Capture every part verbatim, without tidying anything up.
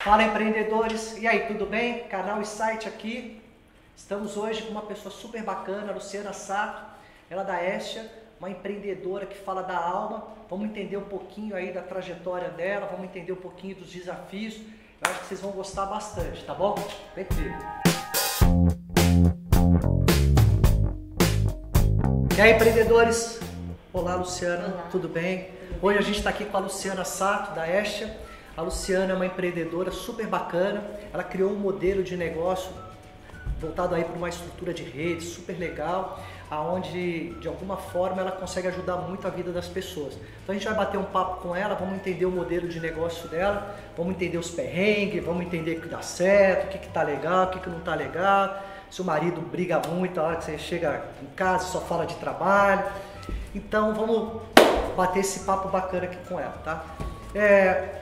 Fala, empreendedores! E aí, tudo bem? Canal e site aqui. Estamos hoje com uma pessoa super bacana, a Luciana Sato, ela é da Estia, uma empreendedora que fala da alma. Vamos entender um pouquinho aí da trajetória dela, vamos entender um pouquinho dos desafios. Eu acho que vocês vão gostar bastante, tá bom? Vem comigo! E aí, empreendedores? Olá, Luciana, Olá. Tudo bem? Hoje a gente está aqui com a Luciana Sato, da Estia. A Luciana é uma empreendedora super bacana, ela criou um modelo de negócio voltado aí para uma estrutura de rede super legal, aonde de alguma forma ela consegue ajudar muito a vida das pessoas. Então a gente vai bater um papo com ela, vamos entender o modelo de negócio dela, vamos entender os perrengues, vamos entender o que dá certo, o que, que tá legal, o que, que não tá legal, se o marido briga muito a hora que você chega em casa e só fala de trabalho. Então vamos bater esse papo bacana aqui com ela, tá? É...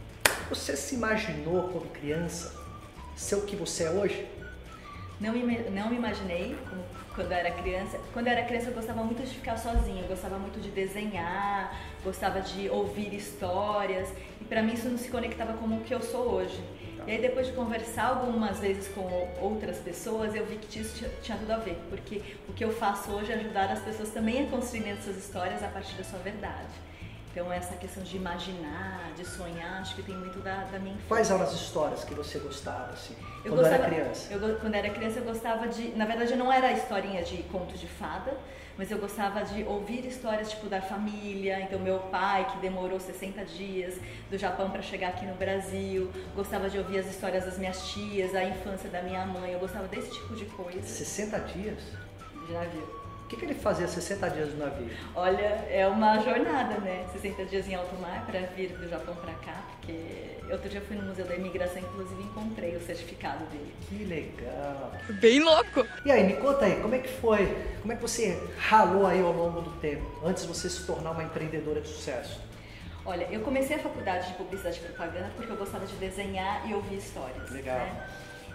Você se imaginou quando criança ser o que você é hoje? Não me, não me imaginei como, quando eu era criança. Quando eu era criança eu gostava muito de ficar sozinha, eu gostava muito de desenhar, gostava de ouvir histórias e para mim isso não se conectava com o que eu sou hoje. E aí depois de conversar algumas vezes com outras pessoas eu vi que isso tinha, tinha tudo a ver, porque o que eu faço hoje é ajudar as pessoas também a construírem essas histórias a partir da sua verdade. Então essa questão de imaginar, de sonhar, acho que tem muito da, da minha infância. Quais eram as histórias que você gostava, assim, eu quando gostava, era criança? Eu, quando era criança eu gostava de, na verdade não era historinha de conto de fada, mas eu gostava de ouvir histórias tipo da família, então meu pai que demorou sessenta dias do Japão para chegar aqui no Brasil, gostava de ouvir as histórias das minhas tias, a infância da minha mãe, eu gostava desse tipo de coisa. sessenta dias? De navio. O que, que ele fazia sessenta dias no navio? Olha, é uma jornada, né? sessenta dias em alto mar para vir do Japão para cá, porque outro dia fui no Museu da Imigração, inclusive encontrei o certificado dele. Que legal! Bem louco! E aí, me conta aí, como é que foi? Como é que você ralou aí ao longo do tempo, antes de você se tornar uma empreendedora de sucesso? Olha, eu comecei a faculdade de publicidade e propaganda porque eu gostava de desenhar e ouvir histórias. Legal. Né?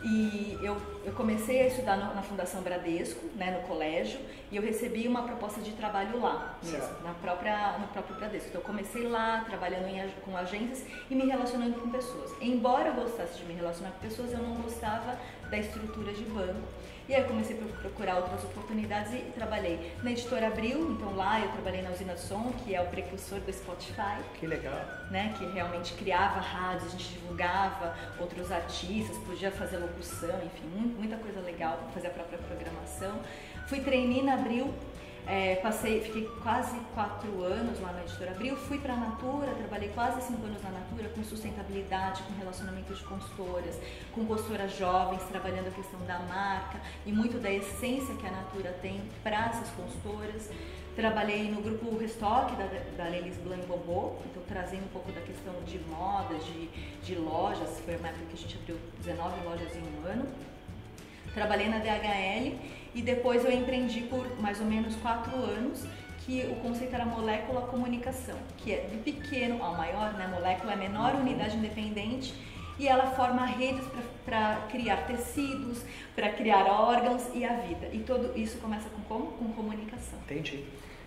E eu, eu comecei a estudar no, na Fundação Bradesco, né, no colégio, e eu recebi uma proposta de trabalho lá, mesmo, na própria, no próprio Bradesco. Então eu comecei lá, trabalhando em, com agências e me relacionando com pessoas. Embora eu gostasse de me relacionar com pessoas, eu não gostava da estrutura de banco. E aí eu comecei a procurar outras oportunidades e trabalhei na Editora Abril, então lá eu trabalhei na Usina Som, que é o precursor do Spotify. Que legal. Né, que realmente criava rádios, a gente divulgava outros artistas, podia fazer locução, enfim, muita coisa legal, fazer a própria programação. Fui trainee na Abril, é, passei, fiquei quase quatro anos lá na Editora Abril, fui para a Natura, trabalhei quase cinco anos na Natura com sustentabilidade, com relacionamento de consultoras, com consultoras jovens, trabalhando a questão da marca e muito da essência que a Natura tem para essas consultoras. Trabalhei no grupo Restock da, da Lelis Blanc Bobô, então trazendo um pouco da questão de moda, de, de lojas, foi uma época que a gente abriu dezenove lojas em um ano. Trabalhei na D H L e depois eu empreendi por mais ou menos quatro anos, que o conceito era molécula comunicação, que é do pequeno ao maior, né? Molécula é a menor unidade independente e ela forma redes para criar tecidos, para criar órgãos e a vida. E tudo isso começa com como? Com comunicação. Entendi.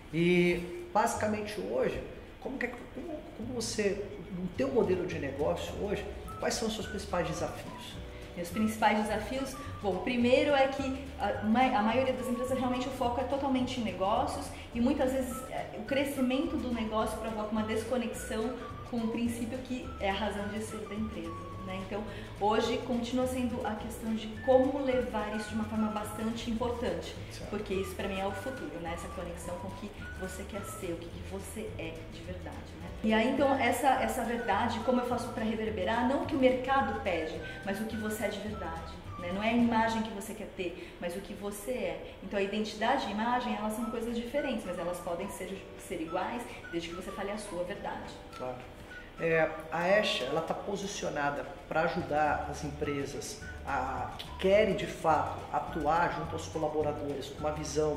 E basicamente hoje, como, que é, como, como você, no teu modelo de negócio hoje, quais são os seus principais desafios? Meus principais desafios, bom, primeiro é que a, a maioria das empresas realmente o foco é totalmente em negócios e muitas vezes o crescimento do negócio provoca uma desconexão com o princípio que é a razão de ser da empresa. Né? Então, hoje continua sendo a questão de como levar isso de uma forma bastante importante, certo. Porque isso para mim é o futuro, né? Essa conexão com o que você quer ser, o que você é de verdade. Né? E aí, então, essa, essa verdade, como eu faço para reverberar, não o que o mercado pede, mas o que você é de verdade. Né? Não é a imagem que você quer ter, mas o que você é. Então, a identidade e a imagem, elas são coisas diferentes, mas elas podem ser, ser iguais desde que você fale a sua verdade. Claro. É, a Estia, ela está posicionada para ajudar as empresas a, que querem de fato atuar junto aos colaboradores com uma visão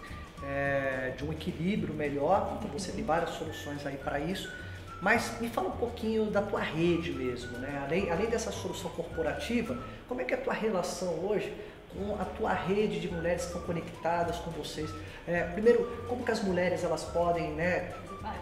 é, de um equilíbrio melhor. Então você tem várias soluções aí para isso. Mas me fala um pouquinho da tua rede mesmo, né? Além, além dessa solução corporativa, como é que é a tua relação hoje com a tua rede de mulheres que estão conectadas com vocês? É, primeiro, como que as mulheres elas podem, né,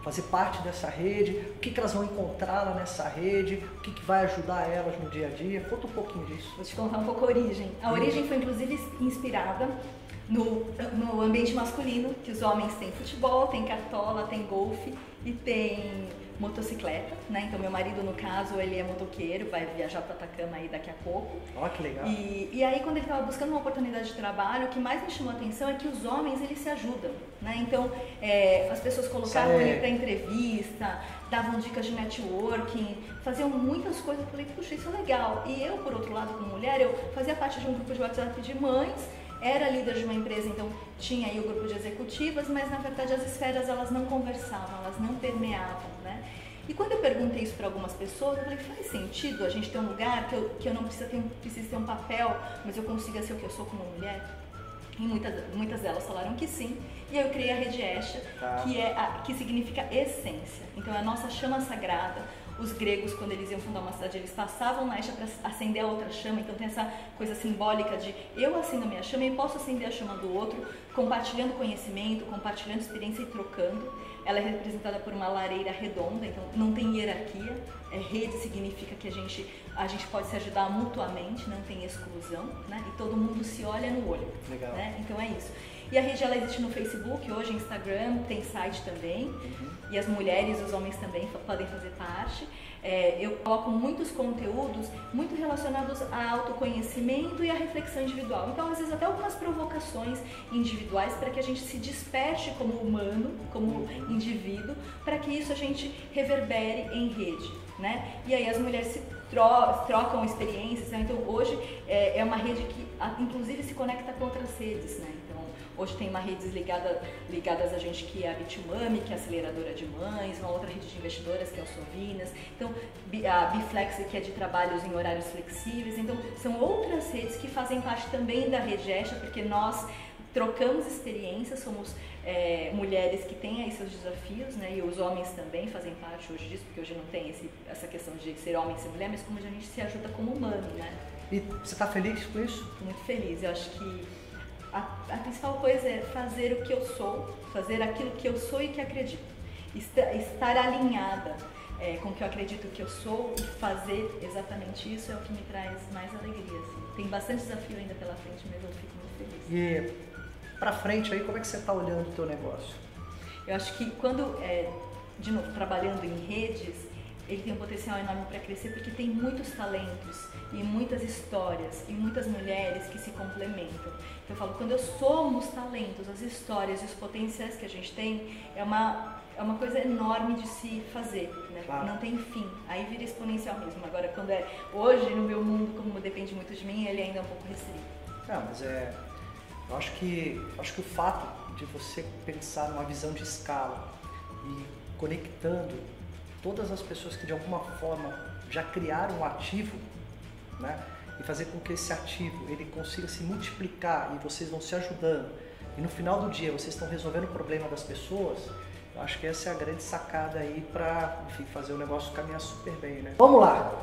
fazer parte dessa rede, o que, que elas vão encontrar lá nessa rede, o que, que vai ajudar elas no dia a dia. Conta um pouquinho disso. Vou te contar um pouco a origem. A origem foi inclusive inspirada no, no ambiente masculino, que os homens têm futebol, tem cartola, tem golfe e tem motocicleta, né? Então meu marido, no caso, ele é motoqueiro, vai viajar para Atacama aí daqui a pouco. Ó, que legal. E, e aí quando ele estava buscando uma oportunidade de trabalho, o que mais me chamou a atenção é que os homens, eles se ajudam, né? Então é, as pessoas colocavam é... ele para entrevista, davam dicas de networking, faziam muitas coisas. Eu falei, puxa, isso é legal. E eu, por outro lado, como mulher, eu fazia parte de um grupo de WhatsApp de mães, era líder de uma empresa, então tinha aí o grupo de executivas, mas na verdade as esferas elas não conversavam, elas não permeavam, né? E quando eu perguntei isso para algumas pessoas, eu falei, faz sentido a gente ter um lugar que eu, que eu não precisa ter, precisa ter um papel, mas eu consiga ser o que eu sou como mulher? E muitas, muitas delas falaram que sim. E aí eu criei a Rede Estia, tá. que, é a, que significa essência. Então é a nossa chama sagrada. Os gregos, quando eles iam fundar uma cidade, eles passavam na Estia para acender a outra chama. Então tem essa coisa simbólica de eu acendo a minha chama e posso acender a chama do outro, compartilhando conhecimento, compartilhando experiência e trocando. Ela é representada por uma lareira redonda, então não tem hierarquia. É, rede significa que a gente, a gente pode se ajudar mutuamente, não tem exclusão, né? E todo mundo se olha no olho. Legal. Né? Então é isso. E a rede ela existe no Facebook, hoje Instagram, tem site também. Uhum. E as mulheres e os homens também podem fazer parte. É, eu coloco muitos conteúdos muito relacionados a autoconhecimento e a reflexão individual. Então, às vezes, até algumas provocações individuais para que a gente se desperte como humano, como indivíduo, para que isso a gente reverbere em rede, né? E aí as mulheres se tro trocam experiências, né? Então hoje é, é uma rede que inclusive se conecta com outras redes, né? Então hoje tem uma rede ligada, ligadas a gente que é a Bitumami, que é a aceleradora de mães, uma outra rede de investidoras que é o Sovinas, então a Biflex, que é de trabalhos em horários flexíveis. Então são outras redes que fazem parte também da Rede Estia, porque nós trocamos experiências, somos é, mulheres que têm aí seus desafios, né? E os homens também fazem parte hoje disso, porque hoje não tem esse, essa questão de ser homem e ser mulher, mas como a gente se ajuda como humano, né? E você está feliz com isso? Estou muito feliz. Eu acho que a, a principal coisa é fazer o que eu sou, fazer aquilo que eu sou e que acredito. Estar, estar alinhada é, com o que eu acredito que eu sou e fazer exatamente isso é o que me traz mais alegria. Assim. Tem bastante desafio ainda pela frente, mas eu fico muito feliz. E para frente aí, como é que você está olhando o teu negócio? Eu acho que quando, é, de novo, trabalhando em redes, ele tem um potencial enorme para crescer porque tem muitos talentos e muitas histórias e muitas mulheres que se complementam. Então eu falo, quando eu somos talentos, as histórias e os potenciais que a gente tem, é uma, é uma coisa enorme de se fazer, né? Claro. Não tem fim, aí vira exponencial mesmo. Agora, quando é hoje, no meu mundo, como depende muito de mim, ele ainda é um pouco restrito. Não, mas é... Eu acho que, acho que o fato de você pensar numa visão de escala e conectando todas as pessoas que de alguma forma já criaram um ativo, né, e fazer com que esse ativo ele consiga se multiplicar e vocês vão se ajudando e no final do dia vocês estão resolvendo o problema das pessoas, eu acho que essa é a grande sacada aí para, enfim, fazer o negócio caminhar super bem, né? Vamos lá!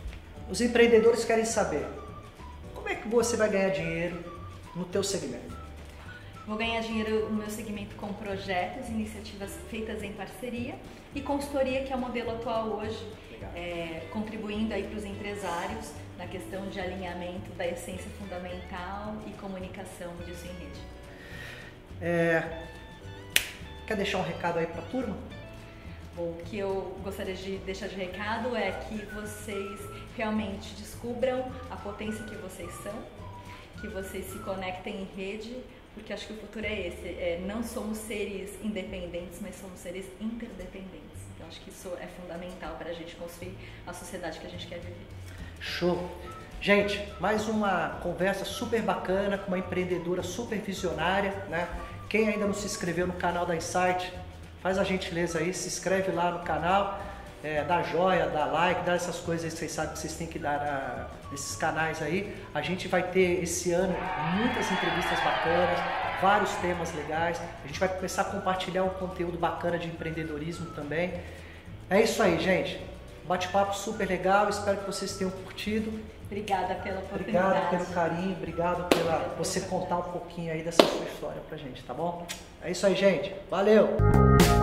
Os empreendedores querem saber como é que você vai ganhar dinheiro no teu segmento. Vou ganhar dinheiro no meu segmento com projetos, iniciativas feitas em parceria e consultoria, que é o modelo atual hoje, é, contribuindo aí para os empresários na questão de alinhamento da essência fundamental e comunicação disso em rede. É, quer deixar um recado aí para a turma? O que eu gostaria de deixar de recado é que vocês realmente descubram a potência que vocês são, que vocês se conectem em rede, porque acho que o futuro é esse. É, não somos seres independentes, mas somos seres interdependentes. Então acho que isso é fundamental para a gente construir a sociedade que a gente quer viver. Show! Gente, mais uma conversa super bacana com uma empreendedora super visionária, né? Quem ainda não se inscreveu no canal da Insight, faz a gentileza aí, se inscreve lá no canal. É, dá joia, dá like, dá essas coisas aí que vocês sabem que vocês têm que dar na, nesses canais aí. A gente vai ter esse ano muitas entrevistas bacanas, vários temas legais. A gente vai começar a compartilhar um conteúdo bacana de empreendedorismo também. É isso aí, gente. Bate-papo super legal, espero que vocês tenham curtido. Obrigada pela oportunidade. Obrigado pelo carinho, obrigado pela você contar um pouquinho aí dessa sua história pra gente, tá bom? É isso aí, gente. Valeu!